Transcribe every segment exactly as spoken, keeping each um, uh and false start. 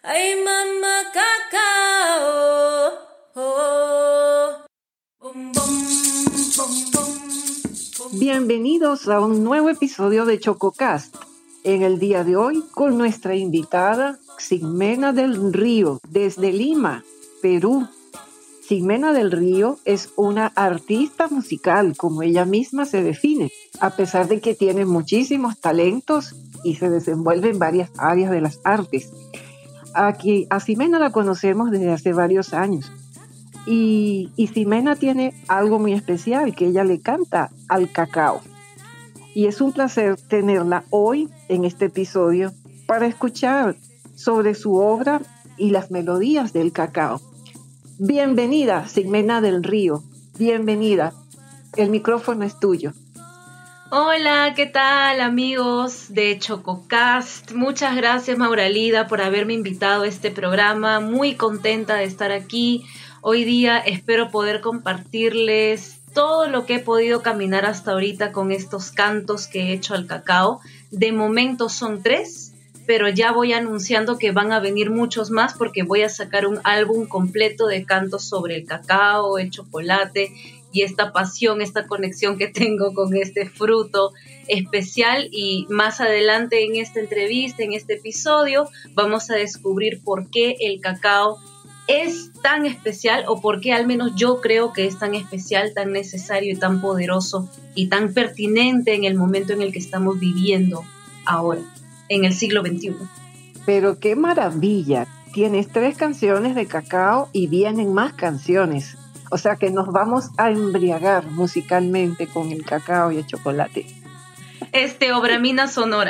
Ay, mamá cacao. Oh. Bum, bum, bum, bum. Bienvenidos a un nuevo episodio de ChocoCast. En el día de hoy con nuestra invitada Ximena del Río desde Lima, Perú. Ximena del Río es una artista musical, como ella misma se define, a pesar de que tiene muchísimos talentos y se desenvuelve en varias áreas de las artes. Aquí, a Ximena la conocemos desde hace varios años y, y Ximena tiene algo muy especial, que ella le canta al cacao. Y es un placer tenerla hoy en este episodio para escuchar sobre su obra y las melodías del cacao. Bienvenida, Ximena del Río. Bienvenida. El micrófono es tuyo. Hola, ¿qué tal, amigos de ChocoCast? Muchas gracias, Mauralida, por haberme invitado a este programa. Muy contenta de estar aquí. Hoy día espero poder compartirles todo lo que he podido caminar hasta ahorita con estos cantos que he hecho al cacao. De momento son tres, pero ya voy anunciando que van a venir muchos más porque voy a sacar un álbum completo de cantos sobre el cacao, el chocolate y esta pasión, esta conexión que tengo con este fruto especial. Y más adelante en esta entrevista, en este episodio, vamos a descubrir por qué el cacao es tan especial, o por qué al menos yo creo que es tan especial, tan necesario y tan poderoso y tan pertinente en el momento en el que estamos viviendo ahora, en el siglo veintiuno. Pero qué maravilla. Tienes tres canciones de cacao y vienen más canciones. O sea que nos vamos a embriagar musicalmente con el cacao y el chocolate. Este Obramina Sonora.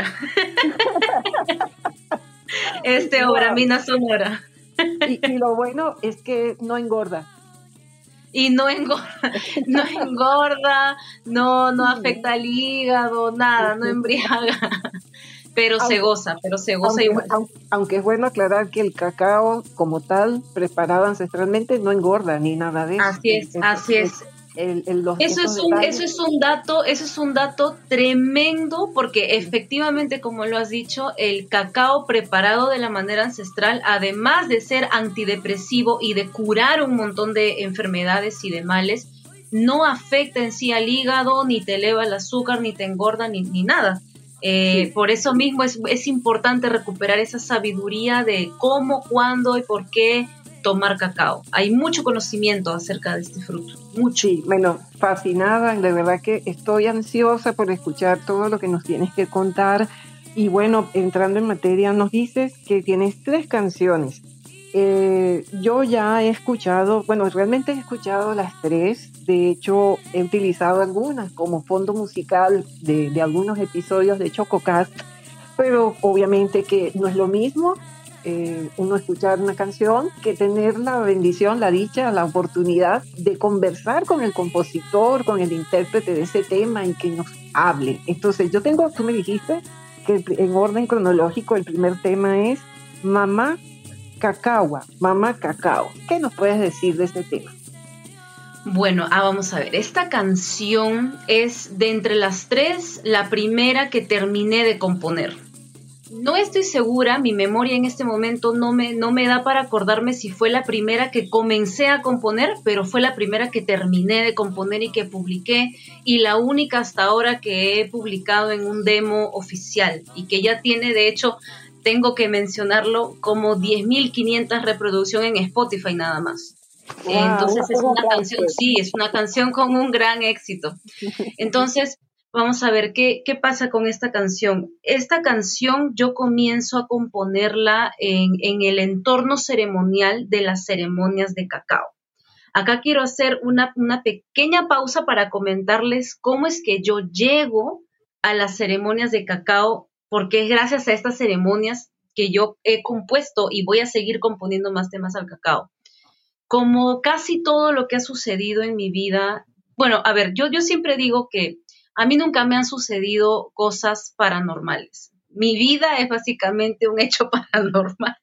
Este wow. Obramina Sonora. Y, y lo bueno es que no engorda. Y no engorda, no engorda, no, no afecta al hígado, nada, no embriaga. Pero aunque, se goza, pero se goza aunque, igual. Aunque, aunque es bueno aclarar que el cacao como tal, preparado ancestralmente, no engorda ni nada de eso. Así es, el, así el, es. El, el, los, eso, es un, eso es un dato, eso es un dato tremendo, porque efectivamente, como lo has dicho, el cacao preparado de la manera ancestral, además de ser antidepresivo y de curar un montón de enfermedades y de males, no afecta en sí al hígado, ni te eleva el azúcar, ni te engorda, ni, ni nada. Eh, sí. Por eso mismo es, es importante recuperar esa sabiduría de cómo, cuándo y por qué tomar cacao. Hay mucho conocimiento acerca de este fruto, mucho. Sí, bueno, fascinada, de verdad que estoy ansiosa por escuchar todo lo que nos tienes que contar. Y bueno, entrando en materia, nos dices que tienes tres canciones. Eh, yo ya he escuchado, bueno, realmente he escuchado las tres. De hecho, he utilizado algunas como fondo musical de, de algunos episodios de ChocoCast, pero obviamente que no es lo mismo eh, uno escuchar una canción que tener la bendición, la dicha, la oportunidad de conversar con el compositor, con el intérprete de ese tema y que nos hable. Entonces, yo tengo, tú me dijiste que en orden cronológico el primer tema es Mamá Cacao, Mamá Cacao. ¿Qué nos puedes decir de este tema? Bueno, ah, vamos a ver, esta canción es de entre las tres la primera que terminé de componer. No estoy segura, mi memoria en este momento no me, no me da para acordarme si fue la primera que comencé a componer, pero fue la primera que terminé de componer y que publiqué, y la única hasta ahora que he publicado en un demo oficial, y que ya tiene, de hecho, tengo que mencionarlo, como diez mil quinientas reproducciones en Spotify nada más. Wow, Entonces es una canción, sí, es una canción con un gran éxito. Entonces, vamos a ver qué, qué pasa con esta canción. Esta canción yo comienzo a componerla en, en el entorno ceremonial de las ceremonias de cacao. Acá quiero hacer una, una pequeña pausa para comentarles cómo es que yo llego a las ceremonias de cacao, porque es gracias a estas ceremonias que yo he compuesto y voy a seguir componiendo más temas al cacao. Como casi todo lo que ha sucedido en mi vida, bueno, a ver, yo, yo siempre digo que a mí nunca me han sucedido cosas paranormales. Mi vida es básicamente un hecho paranormal,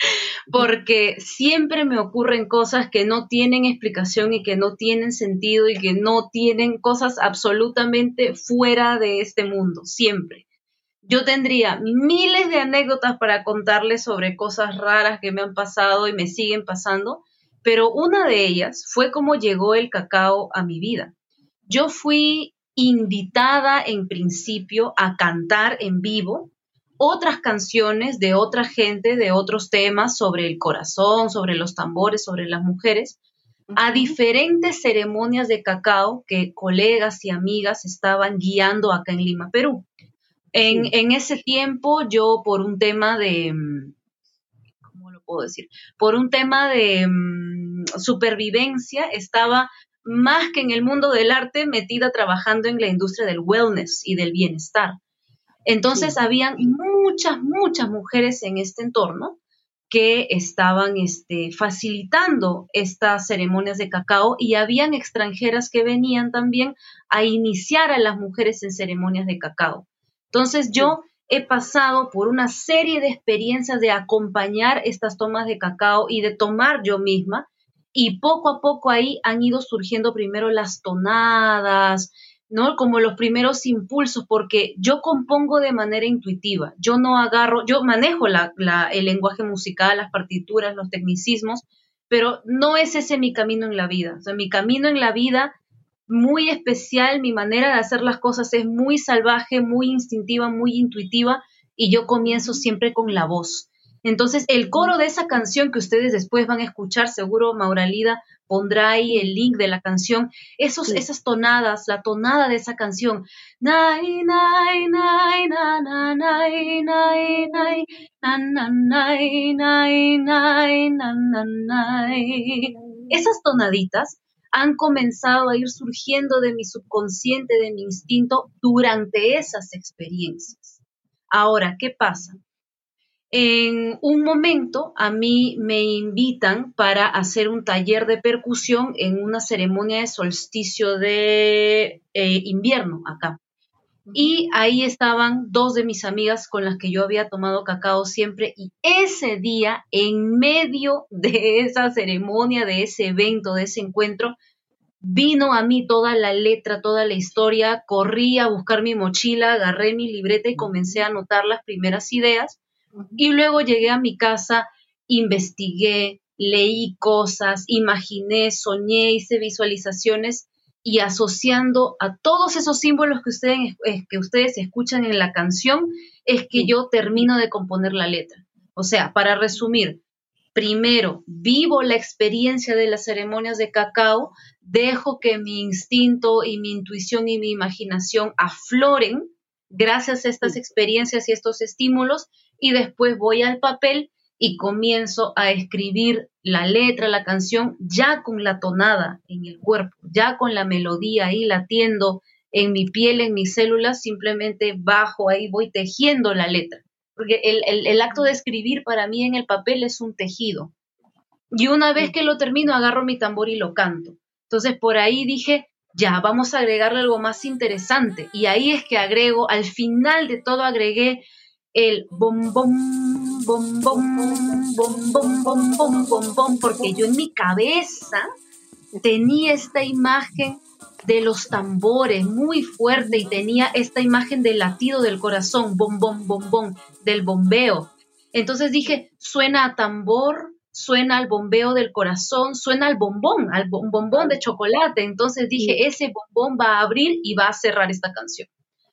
porque siempre me ocurren cosas que no tienen explicación y que no tienen sentido y que no tienen cosas absolutamente fuera de este mundo, siempre. Yo tendría miles de anécdotas para contarles sobre cosas raras que me han pasado y me siguen pasando, pero una de ellas fue cómo llegó el cacao a mi vida. Yo fui invitada en principio a cantar en vivo otras canciones de otra gente, de otros temas sobre el corazón, sobre los tambores, sobre las mujeres, a diferentes ceremonias de cacao que colegas y amigas estaban guiando acá en Lima, Perú. En, sí. en ese tiempo yo por un tema de, ¿cómo lo puedo decir? Por un tema de um, supervivencia estaba más que en el mundo del arte metida trabajando en la industria del wellness y del bienestar. Entonces sí. habían muchas, muchas mujeres en este entorno que estaban este, facilitando estas ceremonias de cacao y habían extranjeras que venían también a iniciar a las mujeres en ceremonias de cacao. Entonces yo he pasado por una serie de experiencias de acompañar estas tomas de cacao y de tomar yo misma, y poco a poco ahí han ido surgiendo primero las tonadas, ¿no? Como los primeros impulsos, porque yo compongo de manera intuitiva, yo no agarro, yo manejo la, la, el lenguaje musical, las partituras, los tecnicismos, pero no es ese mi camino en la vida. O sea, mi camino en la vida muy especial, mi manera de hacer las cosas es muy salvaje, muy instintiva, muy intuitiva, y yo comienzo siempre con la voz. Entonces, el coro de esa canción que ustedes después van a escuchar, seguro Mauralida pondrá ahí el link de la canción, esos, sí. esas tonadas, la tonada de esa canción, nai, nai, nai, na, na, nai, nai, nai, na, na, nai, nai, nai, na, na, nai. Esas tonaditas han comenzado a ir surgiendo de mi subconsciente, de mi instinto, durante esas experiencias. Ahora, ¿qué pasa? En un momento a mí me invitan para hacer un taller de percusión en una ceremonia de solsticio de eh, invierno acá. Y ahí estaban dos de mis amigas con las que yo había tomado cacao siempre, y ese día, en medio de esa ceremonia, de ese evento, de ese encuentro, vino a mí toda la letra, toda la historia, corrí a buscar mi mochila, agarré mi libreta y comencé a anotar las primeras ideas. Y luego llegué a mi casa, investigué, leí cosas, imaginé, soñé, hice visualizaciones, y asociando a todos esos símbolos que ustedes, que ustedes escuchan en la canción, es que yo termino de componer la letra. O sea, para resumir, primero vivo la experiencia de las ceremonias de cacao, dejo que mi instinto y mi intuición y mi imaginación afloren gracias a estas experiencias y estos estímulos, y después voy al papel y comienzo a escribir la letra, la canción, ya con la tonada en el cuerpo, ya con la melodía ahí latiendo en mi piel, en mis células, simplemente bajo ahí, voy tejiendo la letra. Porque el, el, el acto de escribir para mí en el papel es un tejido. Y una vez que lo termino, agarro mi tambor y lo canto. Entonces por ahí dije, ya, vamos a agregarle algo más interesante. Y ahí es que agrego, al final de todo agregué el bom, bom, bom, bom, bom, bom, bom, bom, bom, bom, porque yo en mi cabeza tenía esta imagen de los tambores muy fuerte y tenía esta imagen del latido del corazón, bom, bom, bom, bom, del bombeo. Entonces dije, suena a tambor, suena al bombeo del corazón, suena al bombón, al bom, bombón de chocolate. Entonces dije, ese bombón va a abrir y va a cerrar esta canción,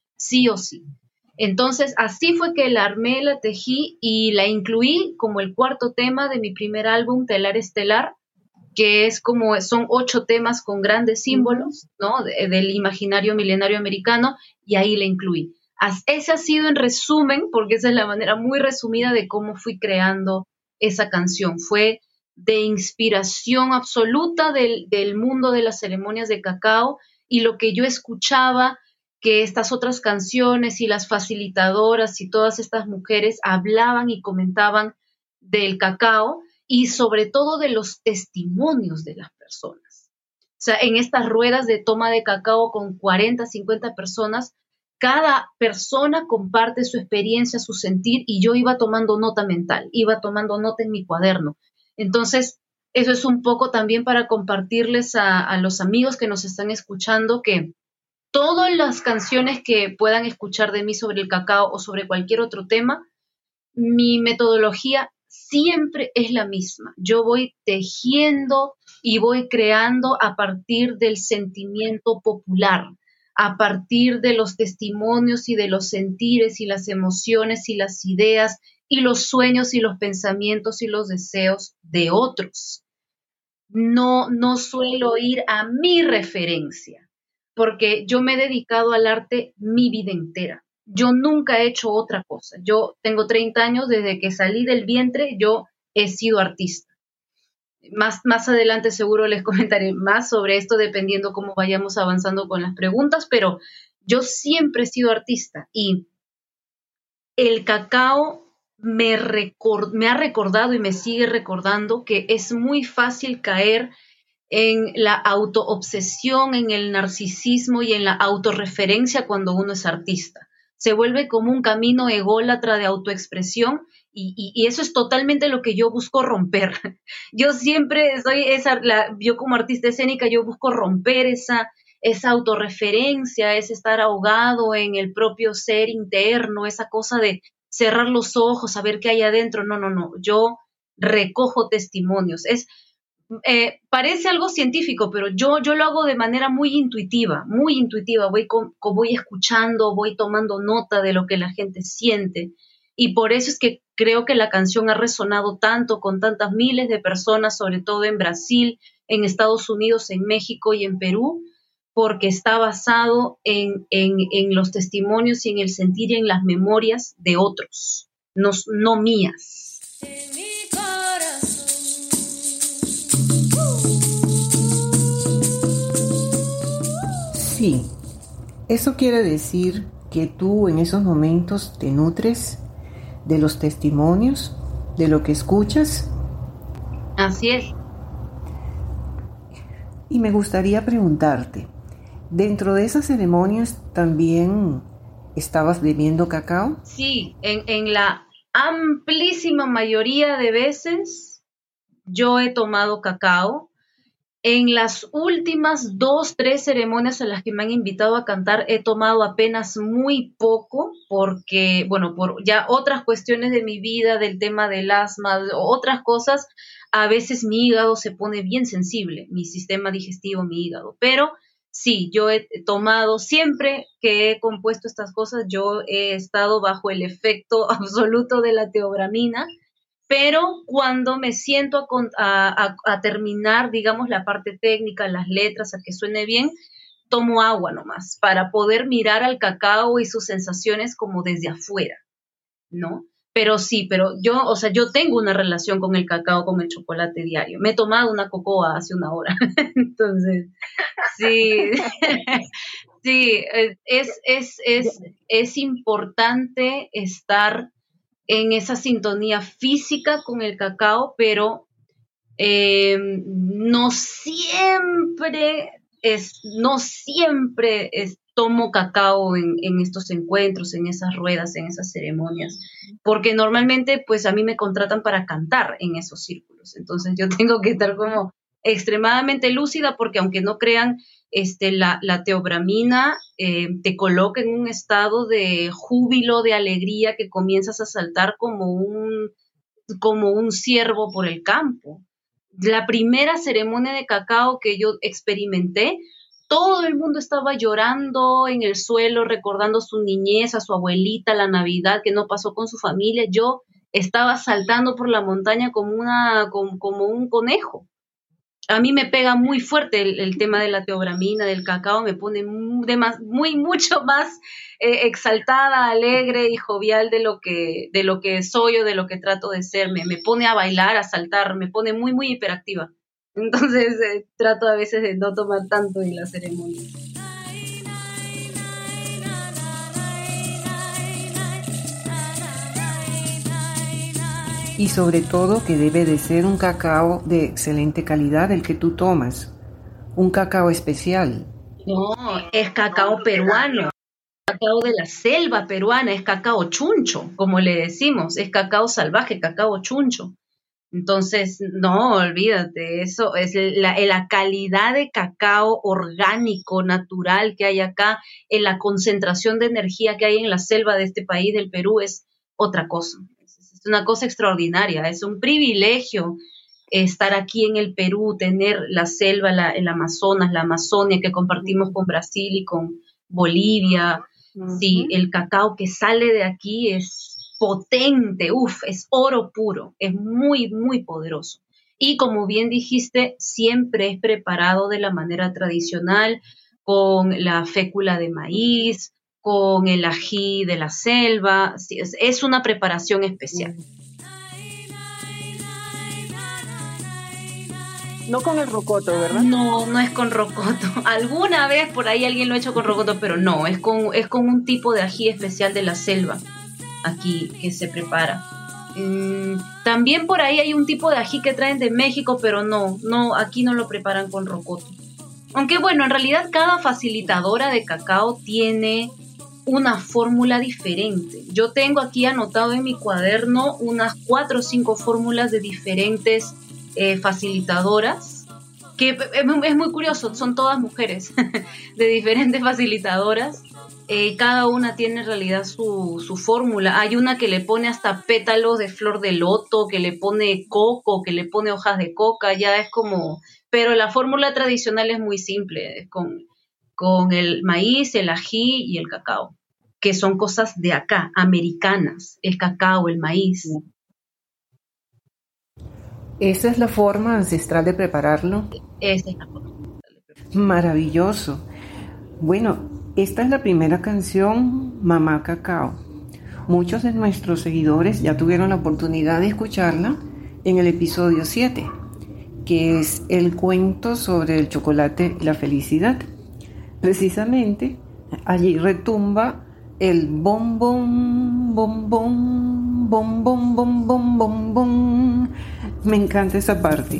sí o sí. Entonces, así fue que la armé, la tejí y la incluí como el cuarto tema de mi primer álbum, Telar Estelar, que es como, son ocho temas con grandes símbolos, ¿no? De, del imaginario milenario americano, y ahí la incluí. As, ese ha sido en resumen, porque esa es la manera muy resumida de cómo fui creando esa canción. Fue de inspiración absoluta del, del mundo de las ceremonias de cacao, y lo que yo escuchaba, que estas otras canciones y las facilitadoras y todas estas mujeres hablaban y comentaban del cacao y sobre todo de los testimonios de las personas. O sea, en estas ruedas de toma de cacao con cuarenta, cincuenta personas, cada persona comparte su experiencia, su sentir, y yo iba tomando nota mental, iba tomando nota en mi cuaderno. Entonces, eso es un poco también para compartirles a, a los amigos que nos están escuchando que todas las canciones que puedan escuchar de mí sobre el cacao o sobre cualquier otro tema, mi metodología siempre es la misma. Yo voy tejiendo y voy creando a partir del sentimiento popular, a partir de los testimonios y de los sentires y las emociones y las ideas y los sueños y los pensamientos y los deseos de otros. No, no suelo ir a mi referencia, porque yo me he dedicado al arte mi vida entera. Yo nunca he hecho otra cosa. Yo tengo treinta años, desde que salí del vientre, yo he sido artista. Más, más adelante seguro les comentaré más sobre esto, dependiendo cómo vayamos avanzando con las preguntas, pero yo siempre he sido artista y el cacao me, record, me ha recordado y me sigue recordando que es muy fácil caer en la autoobsesión, en el narcisismo y en la autorreferencia cuando uno es artista. Se vuelve como un camino ególatra de autoexpresión y, y, y eso es totalmente lo que yo busco romper. Yo siempre soy esa, la, yo como artista escénica, yo busco romper esa, esa autorreferencia, ese estar ahogado en el propio ser interno, esa cosa de cerrar los ojos, saber qué hay adentro. No, no, no, yo recojo testimonios. Es Eh, parece algo científico, pero yo, yo lo hago de manera muy intuitiva, muy intuitiva. Voy, con, con, voy escuchando, voy tomando nota de lo que la gente siente. Y por eso es que creo que la canción ha resonado tanto con tantas miles de personas, sobre todo en Brasil, en Estados Unidos, en México y en Perú, porque está basado en, en, en los testimonios y en el sentir y en las memorias de otros, no, no mías. Sí, eso quiere decir que tú en esos momentos te nutres de los testimonios, de lo que escuchas. Así es. Y me gustaría preguntarte, ¿dentro de esas ceremonias también estabas bebiendo cacao? Sí, en, en la amplísima mayoría de veces yo he tomado cacao. En las últimas dos, tres ceremonias a las que me han invitado a cantar he tomado apenas muy poco porque, bueno, por ya otras cuestiones de mi vida, del tema del asma, otras cosas, a veces mi hígado se pone bien sensible, mi sistema digestivo, mi hígado. Pero sí, yo he tomado, siempre que he compuesto estas cosas, yo he estado bajo el efecto absoluto de la teobramina. Pero cuando me siento a, a, a terminar, digamos, la parte técnica, las letras, a que suene bien, tomo agua nomás para poder mirar al cacao y sus sensaciones como desde afuera, ¿no? Pero sí, pero yo, o sea, yo tengo una relación con el cacao, con el chocolate diario. Me he tomado una cocoa hace una hora. Entonces, sí, sí, es, es, es, es importante estar en esa sintonía física con el cacao, pero eh, no siempre es, no siempre es, tomo cacao en, en estos encuentros, en esas ruedas, en esas ceremonias, porque normalmente pues a mí me contratan para cantar en esos círculos, entonces yo tengo que estar como extremadamente lúcida, porque aunque no crean, Este, la, la teobramina eh, te coloca en un estado de júbilo, de alegría, que comienzas a saltar como un, como un ciervo por el campo. La primera ceremonia de cacao que yo experimenté, todo el mundo estaba llorando en el suelo, recordando su niñez, a su abuelita, la Navidad que no pasó con su familia. Yo estaba saltando por la montaña como, una, como, como un conejo. A mí me pega muy fuerte el, el tema de la teobramina, del cacao, me pone muy, de más, muy mucho más eh, exaltada, alegre y jovial de lo que de lo que soy o de lo que trato de ser. Me, me pone a bailar, a saltar, me pone muy, muy hiperactiva. Entonces eh, trato a veces de no tomar tanto en la ceremonia. Y sobre todo que debe de ser un cacao de excelente calidad el que tú tomas, un cacao especial. No, es cacao peruano, cacao de la selva peruana, es cacao chuncho, como le decimos, es cacao salvaje, cacao chuncho. Entonces, no, olvídate, eso es la, la calidad de cacao orgánico, natural que hay acá, en la concentración de energía que hay en la selva de este país, del Perú, es otra cosa. Es una cosa extraordinaria, es un privilegio estar aquí en el Perú, tener la selva, la, el Amazonas, la Amazonia que compartimos con Brasil y con Bolivia. Uh-huh. Sí, el cacao que sale de aquí es potente, uff, es oro puro, es muy, muy poderoso. Y como bien dijiste, siempre es preparado de la manera tradicional, con la fécula de maíz, con el ají de la selva, sí, es, es una preparación especial. No con el rocoto, ¿verdad? No, no es con rocoto. Alguna vez por ahí alguien lo ha hecho con rocoto, pero no, es con, es con un tipo de ají especial de la selva aquí que se prepara. Mm, también por ahí hay un tipo de ají que traen de México, pero no, no, aquí no lo preparan con rocoto. Aunque bueno, en realidad cada facilitadora de cacao tiene una fórmula diferente. Yo tengo aquí anotado en mi cuaderno unas cuatro o cinco fórmulas de diferentes eh, facilitadoras, que es, es muy curioso, son todas mujeres de diferentes facilitadoras. Eh, cada una tiene en realidad su, su fórmula. Hay una que le pone hasta pétalos de flor de loto, que le pone coco, que le pone hojas de coca, ya es como... Pero la fórmula tradicional es muy simple, es con, con el maíz, el ají y el cacao, que son cosas de acá, americanas, el cacao, el maíz. ¿Esa es la forma ancestral de prepararlo? Esa es la forma ancestral de prepararlo. Maravilloso. Bueno, esta es la primera canción, Mamá Cacao. Muchos de nuestros seguidores ya tuvieron la oportunidad de escucharla en el episodio siete, que es el cuento sobre el chocolate y la felicidad. Precisamente allí retumba el bom bom bom bom bom bom bom bom bom bom. Me encanta esa parte.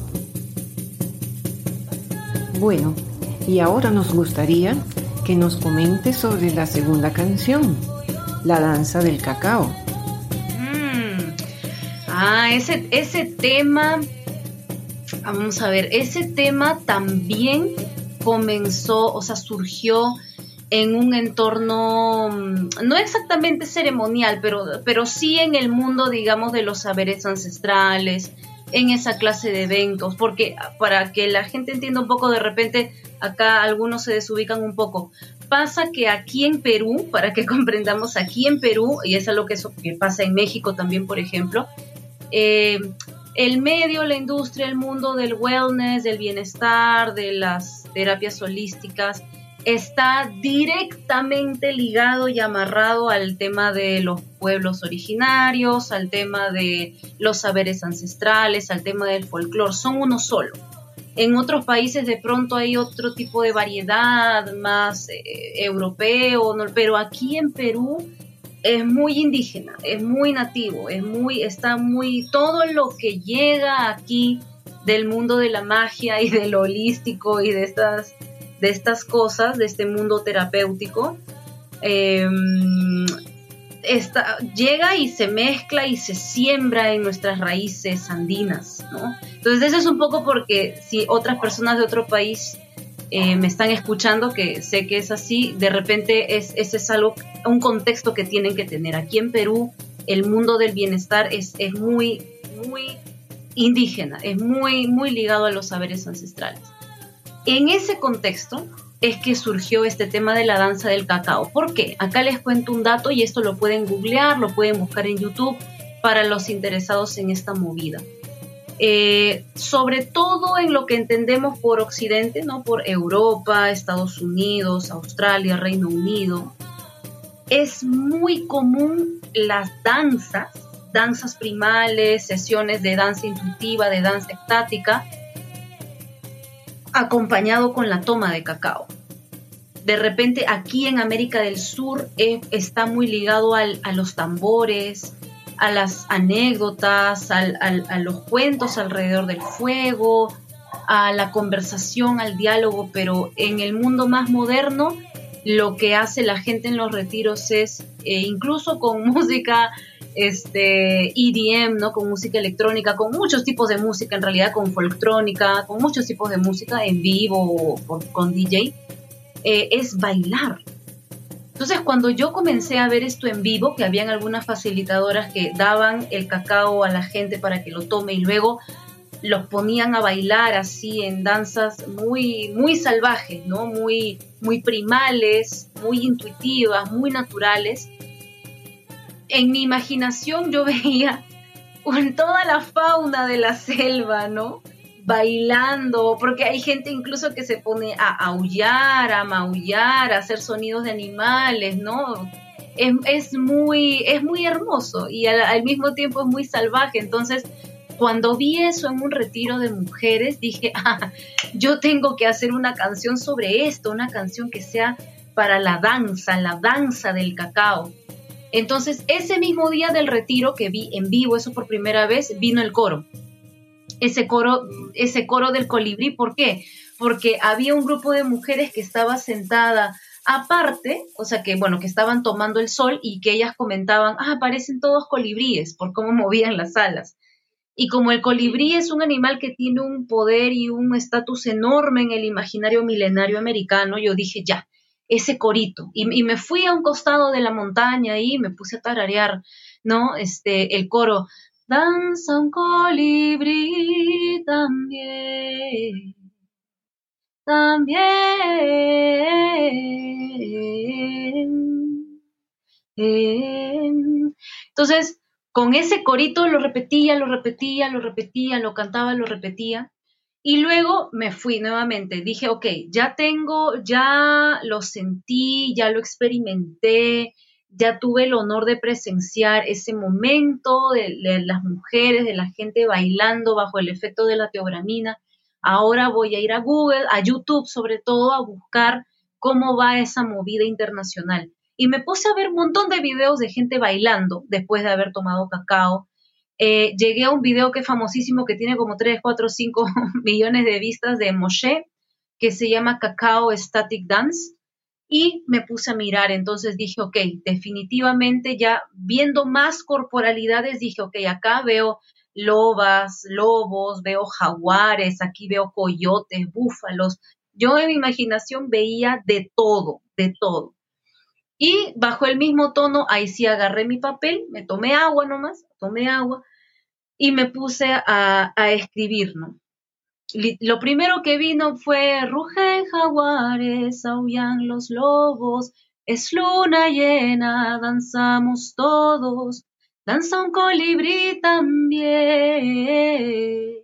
Bueno, y ahora nos gustaría que nos comente sobre la segunda canción, La danza del cacao. Mm. Ah, ese, ese tema, vamos a ver, ese tema también comenzó, o sea, surgió en un entorno, no exactamente ceremonial, pero, pero sí en el mundo, digamos, de los saberes ancestrales, en esa clase de eventos, porque para que la gente entienda un poco, de repente acá algunos se desubican un poco. Pasa que aquí en Perú, para que comprendamos, aquí en Perú, y es algo que, eso, que pasa en México también, por ejemplo, eh, el medio, la industria, el mundo del wellness, del bienestar, de las terapias holísticas, está directamente ligado y amarrado al tema de los pueblos originarios, al tema de los saberes ancestrales, al tema del folclore. Son uno solo. En otros países de pronto hay otro tipo de variedad más eh, europeo, ¿no? Pero aquí en Perú es muy indígena, es muy nativo, es muy, está muy, todo lo que llega aquí del mundo de la magia y de lo holístico y de estas, de estas cosas, de este mundo terapéutico, eh, Esta, llega y se mezcla y se siembra en nuestras raíces andinas, ¿no? Entonces eso es un poco porque si otras personas de otro país eh, me están escuchando, que sé que es así, de repente es, ese es algo, un contexto que tienen que tener. Aquí en Perú el mundo del bienestar es, es muy, muy indígena, es muy, muy ligado a los saberes ancestrales. En ese contexto es que surgió este tema de la danza del cacao. ¿Por qué? Acá les cuento un dato y esto lo pueden googlear, lo pueden buscar en YouTube para los interesados en esta movida. Eh, sobre todo en lo que entendemos por Occidente, ¿no? Por Europa, Estados Unidos, Australia, Reino Unido, es muy común las danzas, danzas primales, sesiones de danza intuitiva, de danza estática, acompañado con la toma de cacao. De repente aquí en América del Sur eh, está muy ligado al, a los tambores, a las anécdotas, al, al, a los cuentos alrededor del fuego, a la conversación, al diálogo, pero en el mundo más moderno lo que hace la gente en los retiros es, eh, incluso con música este, E D M, ¿no? Con música electrónica, con muchos tipos de música, en realidad con folktrónica, con muchos tipos de música en vivo o con, con D J, eh, es bailar. Entonces, cuando yo comencé a ver esto en vivo, que habían algunas facilitadoras que daban el cacao a la gente para que lo tome y luego los ponían a bailar así en danzas muy, muy salvajes, ¿no? Muy, muy primales, muy intuitivas, muy naturales. En mi imaginación yo veía toda la fauna de la selva, ¿no? Bailando, porque hay gente incluso que se pone a aullar, a maullar, a hacer sonidos de animales, ¿no? Es, es, muy, es muy hermoso y al, al mismo tiempo es muy salvaje. Entonces, cuando vi eso en un retiro de mujeres, dije, ah, yo tengo que hacer una canción sobre esto, una canción que sea para la danza, la danza del cacao. Entonces, ese mismo día del retiro que vi en vivo, eso por primera vez, vino el coro. Ese coro, ese coro del colibrí, ¿por qué? Porque había un grupo de mujeres que estaba sentada aparte, o sea que, bueno, que estaban tomando el sol y que ellas comentaban, ah, parecen todos colibríes por cómo movían las alas. Y como el colibrí es un animal que tiene un poder y un estatus enorme en el imaginario milenario americano, yo dije, ya, ese corito. Y, y me fui a un costado de la montaña y me puse a tararear, ¿no? Este, el coro. Danza un colibrí también, también. Entonces, con ese corito lo repetía, lo repetía, lo repetía, lo cantaba, lo repetía. Y luego me fui nuevamente. Dije, ok, ya tengo, ya lo sentí, ya lo experimenté. Ya tuve el honor de presenciar ese momento de, de las mujeres, de la gente bailando bajo el efecto de la teobramina. Ahora voy a ir a Google, a YouTube sobre todo, a buscar cómo va esa movida internacional. Y me puse a ver un montón de videos de gente bailando después de haber tomado cacao. Eh, llegué a un video que es famosísimo, que tiene como tres, cuatro, cinco millones de vistas, de Moshe, que se llama Cacao Static Dance. Y me puse a mirar, entonces dije, ok, definitivamente ya viendo más corporalidades, dije, ok, acá veo lobas, lobos, veo jaguares, aquí veo coyotes, búfalos. Yo en mi imaginación veía de todo, de todo. Y bajo el mismo tono, ahí sí agarré mi papel, me tomé agua nomás, tomé agua y me puse a, a escribir, ¿no? Lo primero que vino fue rugen jaguares, aullan los lobos, es luna llena, danzamos todos, danza un colibrí también.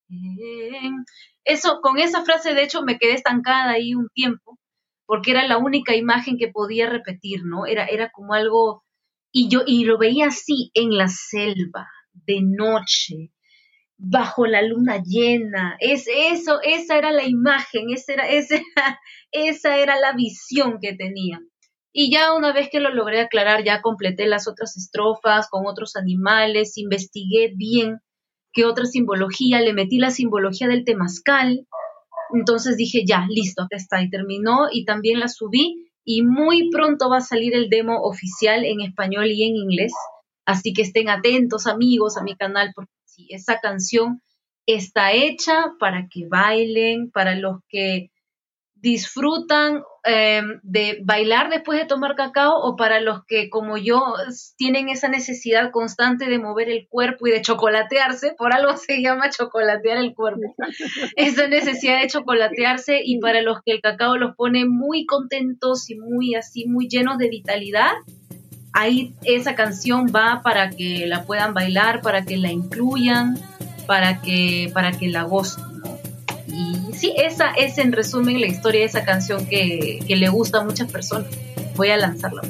Eso, con esa frase de hecho me quedé estancada ahí un tiempo, porque era la única imagen que podía repetir, ¿no? Era, era como algo, y yo y lo veía así en la selva, de noche, bajo la luna llena. Es eso, esa era la imagen, esa era, esa, esa era la visión que tenía. Y ya una vez que lo logré aclarar, ya completé las otras estrofas con otros animales, investigué bien qué otra simbología, le metí la simbología del temazcal. Entonces dije, ya, listo, acá está, y terminó, y también la subí, y muy pronto va a salir el demo oficial en español y en inglés, así que estén atentos, amigos, a mi canal, porque sí, esa canción está hecha para que bailen, para los que disfrutan eh, de bailar después de tomar cacao, o para los que, como yo, tienen esa necesidad constante de mover el cuerpo y de chocolatearse. Por algo se llama chocolatear el cuerpo, esa necesidad de chocolatearse, y para los que el cacao los pone muy contentos y muy así, muy llenos de vitalidad. Ahí esa canción va para que la puedan bailar, para que la incluyan, para que, para que la gocen, ¿no? Y sí, esa es en resumen la historia de esa canción que, que le gusta a muchas personas. Voy a lanzarla.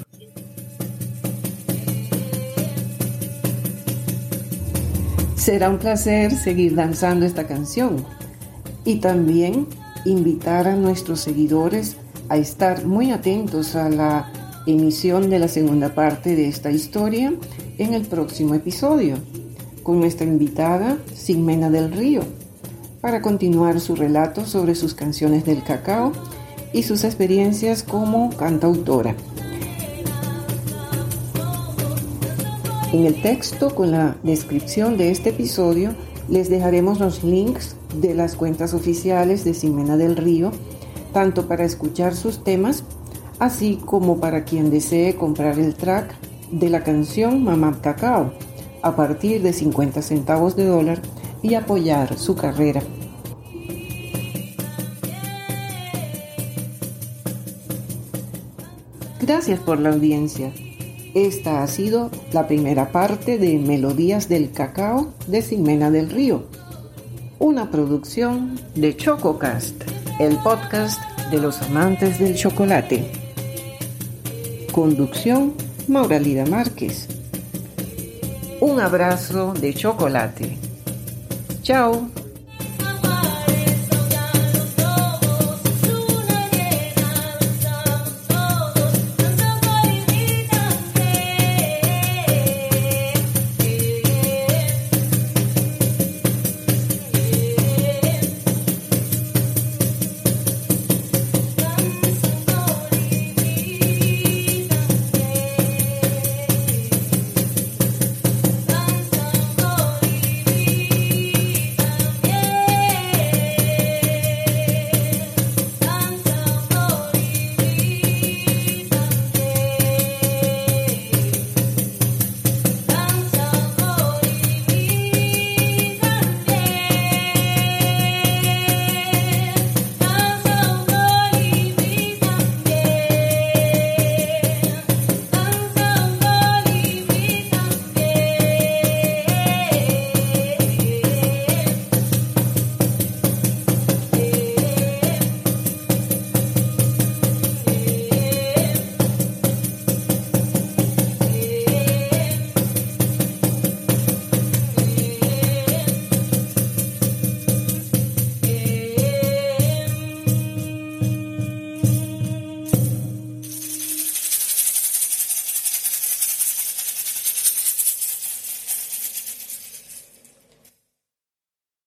Será un placer seguir danzando esta canción y también invitar a nuestros seguidores a estar muy atentos a la emisión de la segunda parte de esta historia en el próximo episodio con nuestra invitada Ximena del Río para continuar su relato sobre sus canciones del cacao y sus experiencias como cantautora. En el texto con la descripción de este episodio les dejaremos los links de las cuentas oficiales de Ximena del Río, tanto para escuchar sus temas, así como para quien desee comprar el track de la canción Mamá Cacao a partir de cincuenta centavos de dólar y apoyar su carrera. Gracias por la audiencia. Esta ha sido la primera parte de Melodías del Cacao de Ximena del Río, una producción de ChocoCast, el podcast de los amantes del chocolate. Conducción, Mauralida Márquez. Un abrazo de chocolate. Chao.